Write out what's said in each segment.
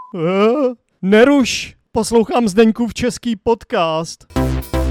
Neruš, poslouchám Zdeňkův český podcast.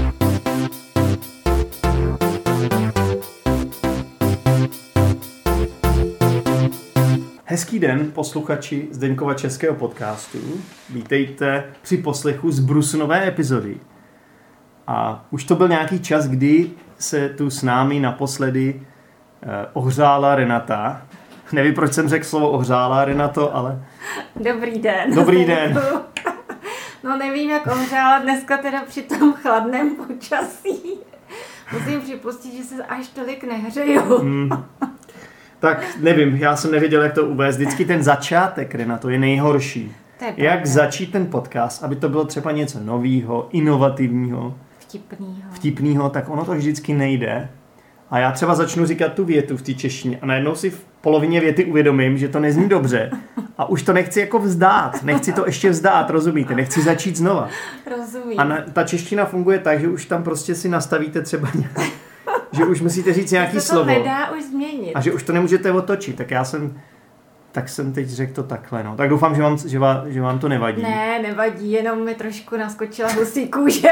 Hezký den, posluchači Zdeňkova českého podcastu. Vítejte při poslechu z Brusunové epizody. A už to byl nějaký čas, kdy se tu s námi naposledy ohřála Renata. Nevím, proč jsem řekl slovo ohřála, Renato, ale... Dobrý den. Dobrý den. No nevím, jak ohřála dneska teda při tom chladném počasí. Musím připustit, že se až tolik nehřeju. Tak nevím, já jsem nevěděl, jak to uvést. Vždycky ten začátek, Renato, je nejhorší. Jak začít ten podcast, aby to bylo třeba něco novýho, inovativního, vtipného, tak ono to vždycky nejde. A já třeba začnu říkat tu větu v té češtině a najednou si v polovině věty uvědomím, že to nezní dobře a už to nechci jako vzdát. Nechci to ještě vzdát, rozumíte? Nechci začít znova. Rozumím. A ta čeština funguje tak, že už tam prostě si nastavíte třeba že už musíte říct nějaký slovo. To nedá už změnit. A že už to nemůžete otočit. Tak jsem teď řekl to takhle. No. Tak doufám, že vám to nevadí. Ne, nevadí, jenom mi trošku naskočila husí kůže.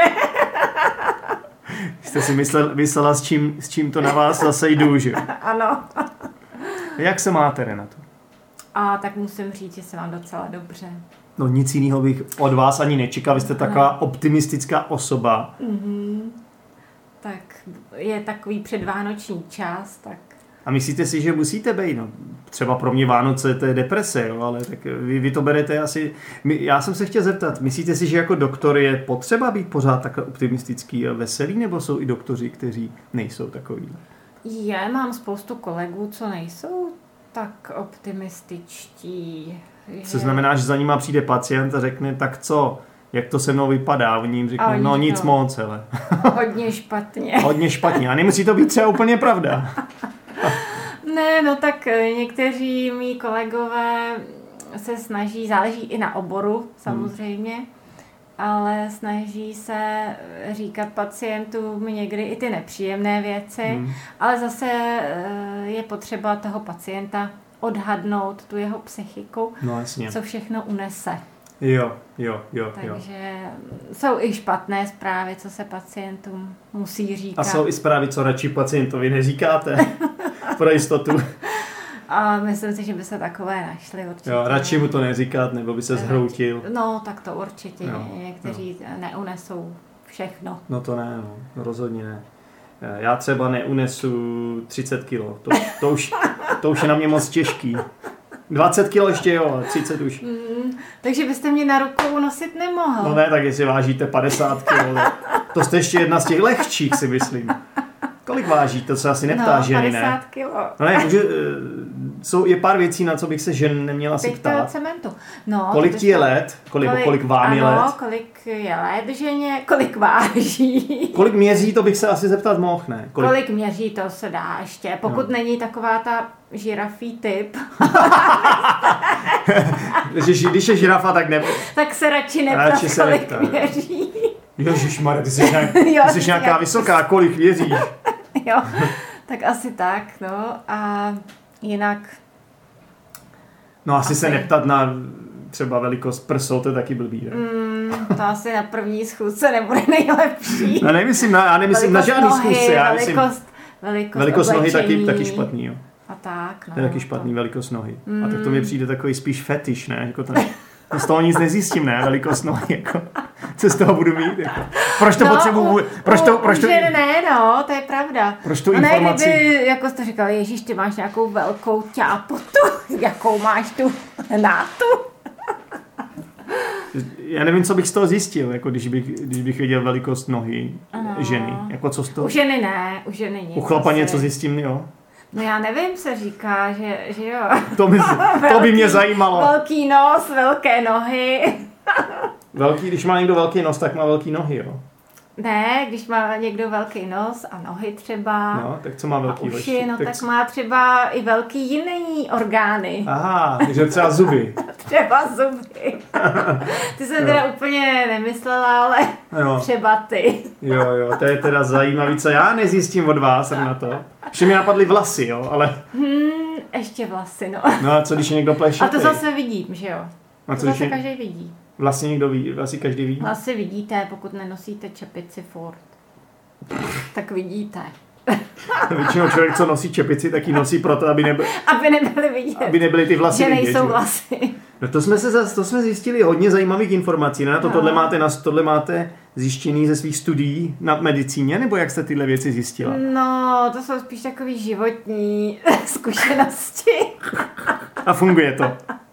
Jste si myslela, s čím to na vás zase jdu, že? Ano. Jak se máte, Renato? A tak musím říct, že se mám docela dobře. No nic jiného bych od vás ani nečekal. Vy jste taková optimistická osoba. Tak je takový předvánoční čas, tak... A myslíte si, že musíte být? No, třeba pro mě Vánoce to je deprese, jo, ale tak vy to berete asi... Já jsem se chtěl zeptat, myslíte si, že jako doktor je potřeba být pořád takhle optimistický a veselý, nebo jsou i doktoři, kteří nejsou takový? Mám spoustu kolegů, co nejsou tak optimističtí. Co znamená, že za nima přijde pacient a řekne, tak co? Jak to se mnou vypadá? Oni jim řeknou, no nic moc, hele. Hodně špatně. Hodně špatně. A nemusí to být třeba úplně pravda. Ne, no tak někteří mý kolegové se snaží, záleží i na oboru samozřejmě, ale snaží se říkat pacientům někdy i ty nepříjemné věci, ale zase je potřeba toho pacienta odhadnout tu jeho psychiku, co všechno unese. Jo. Takže jsou i špatné zprávy, co se pacientům musí říkat. A jsou i zprávy, co radši pacientovi neříkáte? Pro jistotu. A myslím si, že by se takové našly určitě. Jo, radši mu to neříkat, nebo by se zhroutil. No, tak to určitě. Někteří neunesou všechno. No to ne, rozhodně ne. Já třeba neunesu 30 kilo. To už je na mě moc těžký. 20 kilo ještě jo, 30 už. Takže byste mě na rukou nosit nemohl. No ne, tak jestli vážíte 50 kilo, to jste ještě jedna z těch lehčích, si myslím. Kolik váží? To se asi neptá ženy, ne? 50 kilo. No ne, je pár věcí, na co bych se žen neměla asi ptát. Cementu. No, kolik ti je let? Kolik vám je let? Kolik je let ženě? Kolik váží? Kolik měří, to bych se asi zeptat mohl, ne? Kolik měří, to se dá ještě. Pokud není taková ta žirafí typ. Když je žirafa, tak nebo. Tak se radši neptat, kolik měří. Ježišmarja, ty jsi nějaká vysoká, kolik měříš? Jo, tak asi tak, no. A jinak... No asi se neptat na třeba velikost prsou, to je taky blbý, ne? To asi na první schůzce nebude nejlepší. No já nemyslím na žádný schůzce, já myslím... Velikost nohy taky špatný, jo. A tak, no. To je taky špatný, velikost nohy. A tak to mi přijde takový spíš fetiš, ne? Jako z toho nic nezjistím, ne? Velikost nohy, jako... Co z toho budu mít? Jako. Proč to potřebuji? Ne, to je pravda. Proč tu informaci? Kdyby, jako jste říkal, Ježíš, ty máš nějakou velkou ťápotu, jakou máš tu nátu? Já nevím, co bych z toho zjistil, jako když bych viděl velikost nohy ženy. Jako co z toho? U ženy ne, u ženy nic. U chlapa něco zjistím, jo? No já nevím, se říká, že jo. To by mě zajímalo. Velký nos, velké nohy. Když má někdo velký nos, tak má velký nohy, jo? Ne, když má někdo velký nos a nohy třeba. No, tak co má velký uši, tak má třeba i velký jiný orgány. Aha, takže třeba zuby. Třeba zuby. Ty jsem teda úplně nemyslela, ale třeba ty. Jo, to je teda zajímavý, co já nezjistím od vás na to. Ještě mi napadly vlasy, jo, ale... Ještě vlasy, no. No a co když je někdo pleše? A to zase vidím, že jo. A to zase každý vidí. Vlastně někdo ví, vlastně každý vidí? Vlastně vidíte, pokud nenosíte čepici furt. Tak vidíte. Většinou člověk, co nosí čepici, tak ji nosí proto, aby nebyly vidět. Aby nebyly ty vlasy že vidět. Nejsou vlasy. No to jsme zjistili hodně zajímavých informací. Na to tohle máte zjištěný ze svých studií na medicíně, nebo jak jste tyhle věci zjistila? No, to jsou spíš takový životní zkušenosti. A funguje to?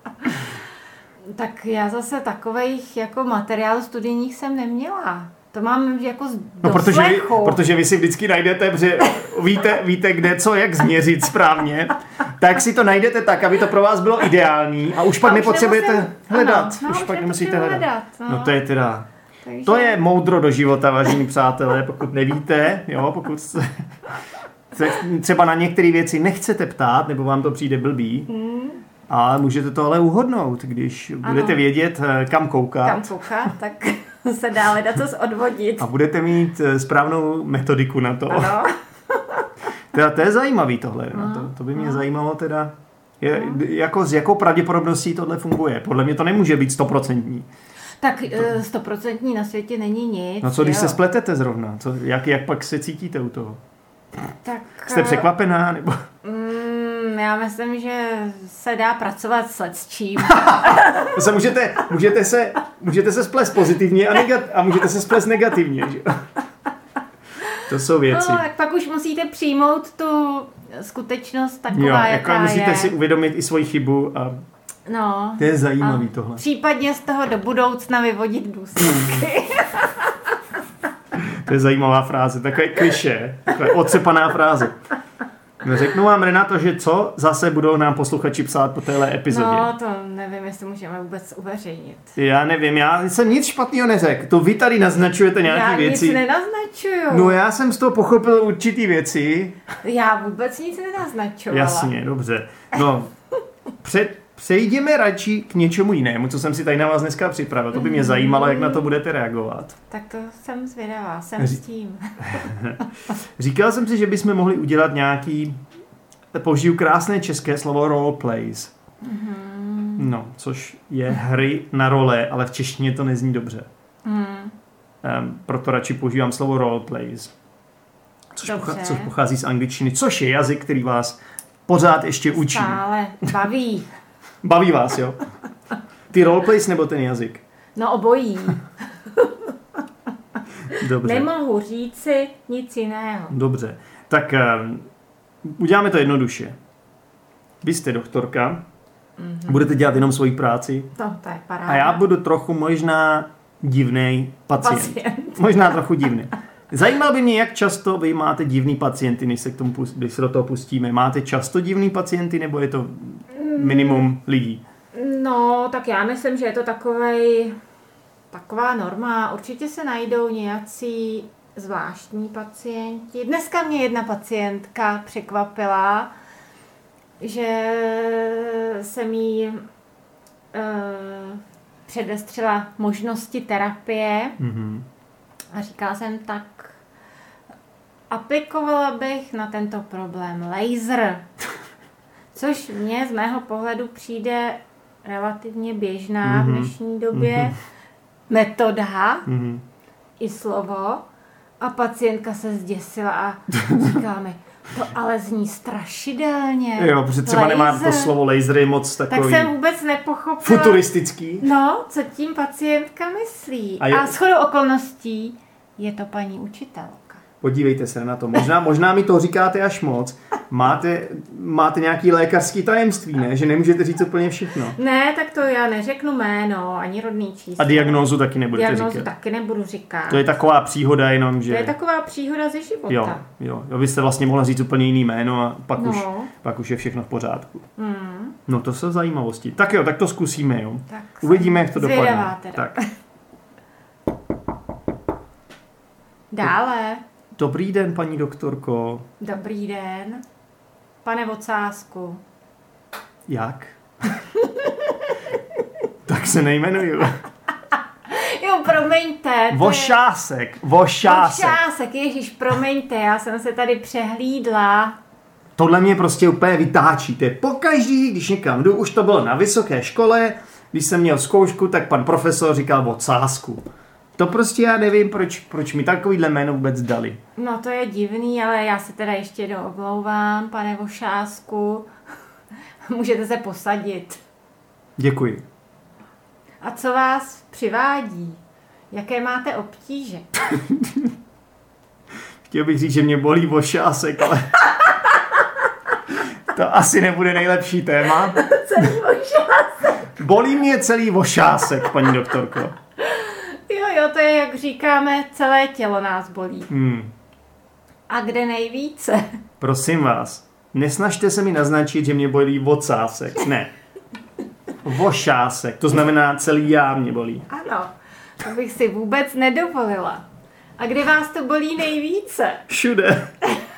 Tak já zase takových jako materiálů studijních jsem neměla. To mám jako z protože vy si vždycky najdete, protože víte kde co, jak změřit správně, tak si to najdete tak, aby to pro vás bylo ideální a už pak nepotřebujete hledat. Už pak nemusíte hledat. No to je teda... To je moudro do života, vážení přátelé, pokud nevíte, pokud se třeba na některé věci nechcete ptát, nebo vám to přijde blbý, a můžete to ale uhodnout, když budete vědět, kam koukat. Kam koukat, tak se dá hledat co odvodit. A budete mít správnou metodiku na to. Ano. Teda to je zajímavý tohle. To by mě zajímalo teda, jako s jakou pravděpodobností tohle funguje. Podle mě to nemůže být 100%. Tak 100% na světě není nic. No co když se spletete zrovna? Jak pak se cítíte u toho? Tak, jste překvapená? Nebo... Já myslím, že se dá pracovat s čím. můžete se splést pozitivně a můžete se splést negativně. Že? To jsou věci. No, tak pak už musíte přijmout tu skutečnost taková, jaká musíte si uvědomit i svoji chybu a to je zajímavý tohle. Případně z toho do budoucna vyvodit důsledky. To je zajímavá fráze, takové klišé, takové otřepaná fráze. Řeknu vám, Renato, že co zase budou nám posluchači psát po téhle epizodě? No, to nevím, jestli můžeme vůbec uveřejnit. Já nevím, já jsem nic špatného neřekl. To vy tady naznačujete nějaké věci. Já nic nenaznačuju. No já jsem z toho pochopil určitý věci. Já vůbec nic nenaznačovala. Jasně, dobře. No, přejdeme radši k něčemu jinému, co jsem si tady na vás dneska připravil. To by mě zajímalo, jak na to budete reagovat. Tak to jsem zvědavá, jsem s tím. Říkal jsem si, že bychom mohli udělat nějaký, použiju krásné české slovo roleplays. No, což je hry na role, ale v češtině to nezní dobře. Proto radši používám slovo roleplays. Což pochází z angličtiny, což je jazyk, který vás pořád ještě učí. Stále baví. Baví vás, jo? Ty roleplays nebo ten jazyk? No obojí. Dobře. Nemohu říci nic jiného. Dobře. Tak uděláme to jednoduše. Vy jste doktorka, budete dělat jenom svoji práci. To je paráda. A já budu trochu možná divnej pacient. Možná trochu divný. Zajímalo by mě, jak často vy máte divný pacienty, než se do toho pustíme. Máte často divný pacienty, nebo je to minimum lidí? No, tak já myslím, že je to taková norma. Určitě se najdou nějací zvláštní pacienti. Dneska mě jedna pacientka překvapila, že jsem jí předestřela možnosti terapie. A říkala jsem, tak aplikovala bych na tento problém laser, což mně z mého pohledu přijde relativně běžná v dnešní době metoda i slovo. A pacientka se zděsila a říkala mi, to ale zní strašidelně. Jo, protože třeba nemá to slovo laser je moc takový... Tak jsem vůbec nepochopila... Futuristický. No, co tím pacientka myslí. A shodou okolností je to paní učitelka. Podívejte se na to. Možná mi to říkáte až moc. Máte nějaký lékařský tajemství, ne? Že nemůžete říct úplně všechno. Ne, tak to já neřeknu jméno, ani rodný číslo. A diagnózu taky nebudete říkat. Diagnózu taky nebudu říkat. To je taková příhoda jenom, že... To je taková příhoda ze života. Jo. Vy jste vlastně mohla říct úplně jiný jméno a pak už je všechno v pořádku. No to jsou zajímavosti. Tak jo, tak to zkusíme, jo. Tak uvidíme, jak to dopadne. Tak. Dále. Dobrý den, paní doktorko. Dobrý den. Pane Vocásku. Jak? Tak se nejmenuju. Jo, promiňte. Vošásek. Ježíš, promiňte, já jsem se tady přehlídla. Tohle mě prostě úplně vytáčíte. Pokaždý, když někam jdu, už to bylo na vysoké škole, když jsem měl zkoušku, tak pan profesor říkal ocásku. To prostě já nevím, proč mi takovýhle jméno vůbec dali. No to je divný, ale já se teda ještě jednou omlouvám, pane Vošásku. Můžete se posadit. Děkuji. A co vás přivádí? Jaké máte obtíže? Chtěl bych říct, že mě bolí vošásek, ale to asi nebude nejlepší téma. Celý vošásek. Bolí mě celý vošásek, paní doktorko. Jo, to je, jak říkáme, celé tělo nás bolí. A kde nejvíce? Prosím vás, nesnažte se mi naznačit, že mě bolí vocásek. Ne. Vošásek, to znamená celý já mě bolí. Ano, to bych si vůbec nedovolila. A kde vás to bolí nejvíce? Všude.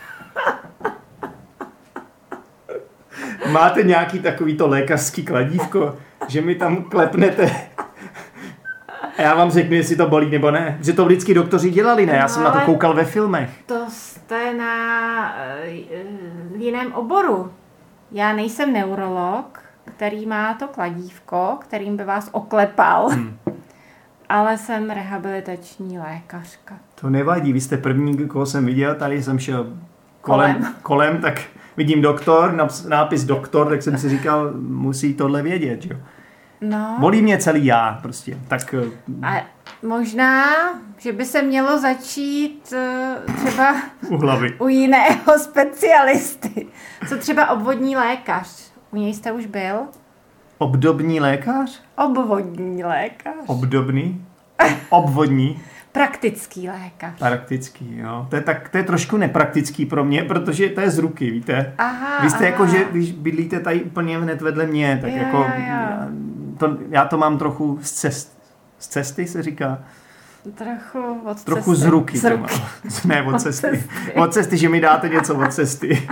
Máte nějaký takovýto lékařský kladívko, že mi tam klepnete a já vám řeknu, jestli to bolí nebo ne. Že to vždycky doktoři dělali, ne? Já jsem na to koukal ve filmech. To jste na jiném oboru. Já nejsem neurolog, který má to kladívko, kterým by vás oklepal, ale jsem rehabilitační lékařka. To nevadí, vy jste první, koho jsem viděl, tady jsem šel kolem tak vidím doktor, nápis doktor, tak jsem si říkal, musí tohle vědět, jo. No. Bolí mě celý já, prostě. Tak... A možná, že by se mělo začít třeba u hlavy. U jiného specialisty. Co třeba obvodní lékař? U něj jste už byl? Obdobní lékař? Obvodní lékař. Obdobný? Obvodní? Praktický lékař. Praktický, jo. To je trošku nepraktický pro mě, protože to je z ruky, víte? Aha, vy jste jako, že když bydlíte tady úplně hned vedle mě, tak jo. Já to mám trochu z cesty, se říká. Trochu z ruky. Ne, od cesty. Od cesty, že mi dáte něco od cesty.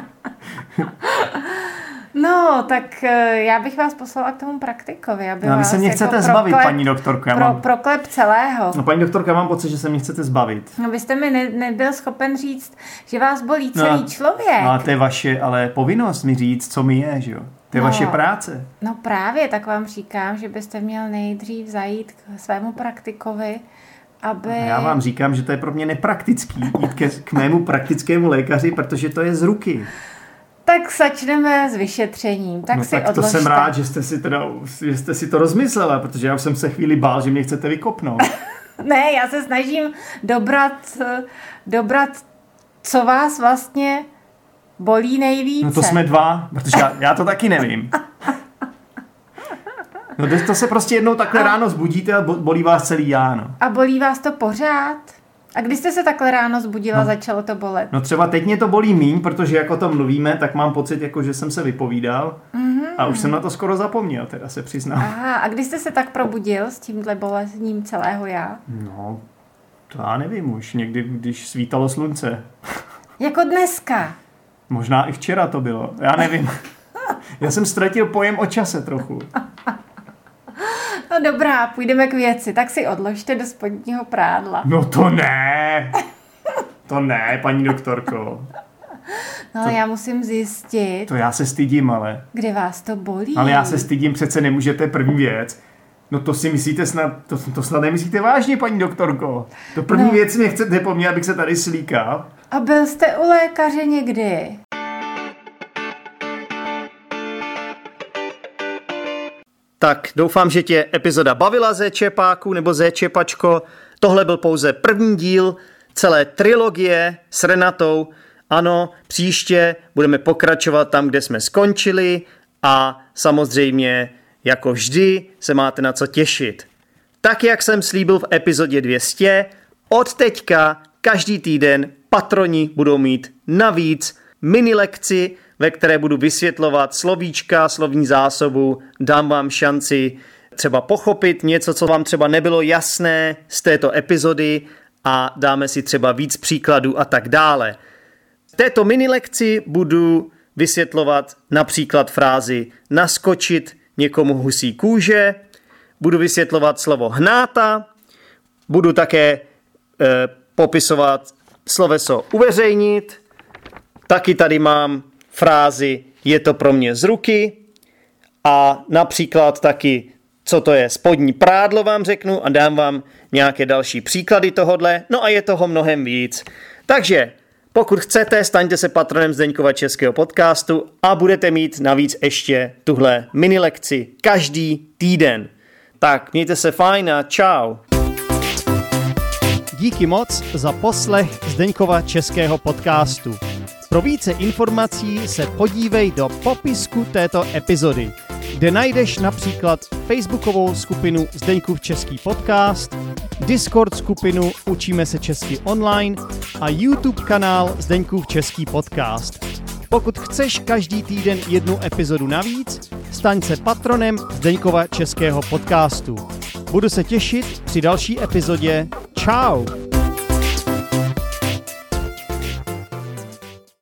No, tak já bych vás poslala k tomu praktikovi, aby vy se mě chcete zbavit, paní doktorko. Proklep celého. No, paní doktorka, já mám pocit, že se mě chcete zbavit. No, vy jste mi nebyl schopen říct, že vás bolí celý člověk. No, a to je vaše, ale povinnost mi říct, co mi je, že jo? To je vaše práce. No právě, tak vám říkám, že byste měl nejdřív zajít k svému praktikovi, aby... A já vám říkám, že to je pro mě nepraktický jít k mému praktickému lékaři, protože to je z ruky. Tak začneme s vyšetřením. Tak si tak odložte. To jsem rád, že jste si to rozmyslela, protože já už jsem se chvíli bál, že mě chcete vykopnout. Ne, já se snažím dobrat, co vás vlastně bolí nejvíce. No to jsme dva, protože já to taky nevím. No to se prostě jednou takhle ráno zbudíte a bolí vás celý já, no. A bolí vás to pořád? A když jste se takhle ráno zbudila, začalo to bolet? No třeba teď mě to bolí míň, protože jak o tom mluvíme, tak mám pocit, jako že jsem se vypovídal a už jsem na to skoro zapomněl, teda se přiznám. Aha, a když jste se tak probudil s tímhle bolestním celého já? No, to já nevím už, někdy, když svítalo slunce. Jako dneska? Možná i včera to bylo, já nevím. Já jsem ztratil pojem o čase trochu. No dobrá, půjdeme k věci. Tak si odložte do spodního prádla. No to ne! To ne, paní doktorko. No já musím zjistit. To já se stydím, ale. Kde vás to bolí? Ale já se stydím, přece nemůžete první věc. No to si myslíte snad, to snad nemyslíte vážně, paní doktorko. To první věc mě chcete po mně, abych se tady slíkal. A byl jste u lékaře někdy? Tak doufám, že tě epizoda bavila, Zéčepáku nebo Zéčepačko. Tohle byl pouze první díl celé trilogie s Renatou. Ano, příště budeme pokračovat tam, kde jsme skončili a samozřejmě, jako vždy, se máte na co těšit. Tak, jak jsem slíbil v epizodě 200, od teďka každý týden patroni budou mít navíc mini lekci, ve které budu vysvětlovat slovíčka, slovní zásobu, dám vám šanci třeba pochopit něco, co vám třeba nebylo jasné z této epizody a dáme si třeba víc příkladů a tak dále. V této mini lekci budu vysvětlovat například frázi naskočit někomu husí kůže, budu vysvětlovat slovo hnáta, budu také popisovat sloveso uveřejnit, taky tady mám frázi je to pro mě z ruky a například taky co to je spodní prádlo, vám řeknu a dám vám nějaké další příklady tohodle, no a je toho mnohem víc. Takže pokud chcete, staňte se patronem Zdeňkova českého podcastu a budete mít navíc ještě tuhle mini lekci každý týden. Tak, mějte se fajn a čau. Díky moc za poslech Zdeňkova českého podcastu. Pro více informací se podívej do popisku této epizody, kde najdeš například facebookovou skupinu Zdeňkův český podcast, Discord skupinu Učíme se česky online a YouTube kanál Zdeňkův český podcast. Pokud chceš každý týden jednu epizodu navíc, staň se patronem Zdeňkova českého podcastu. Budu se těšit při další epizodě. Čau!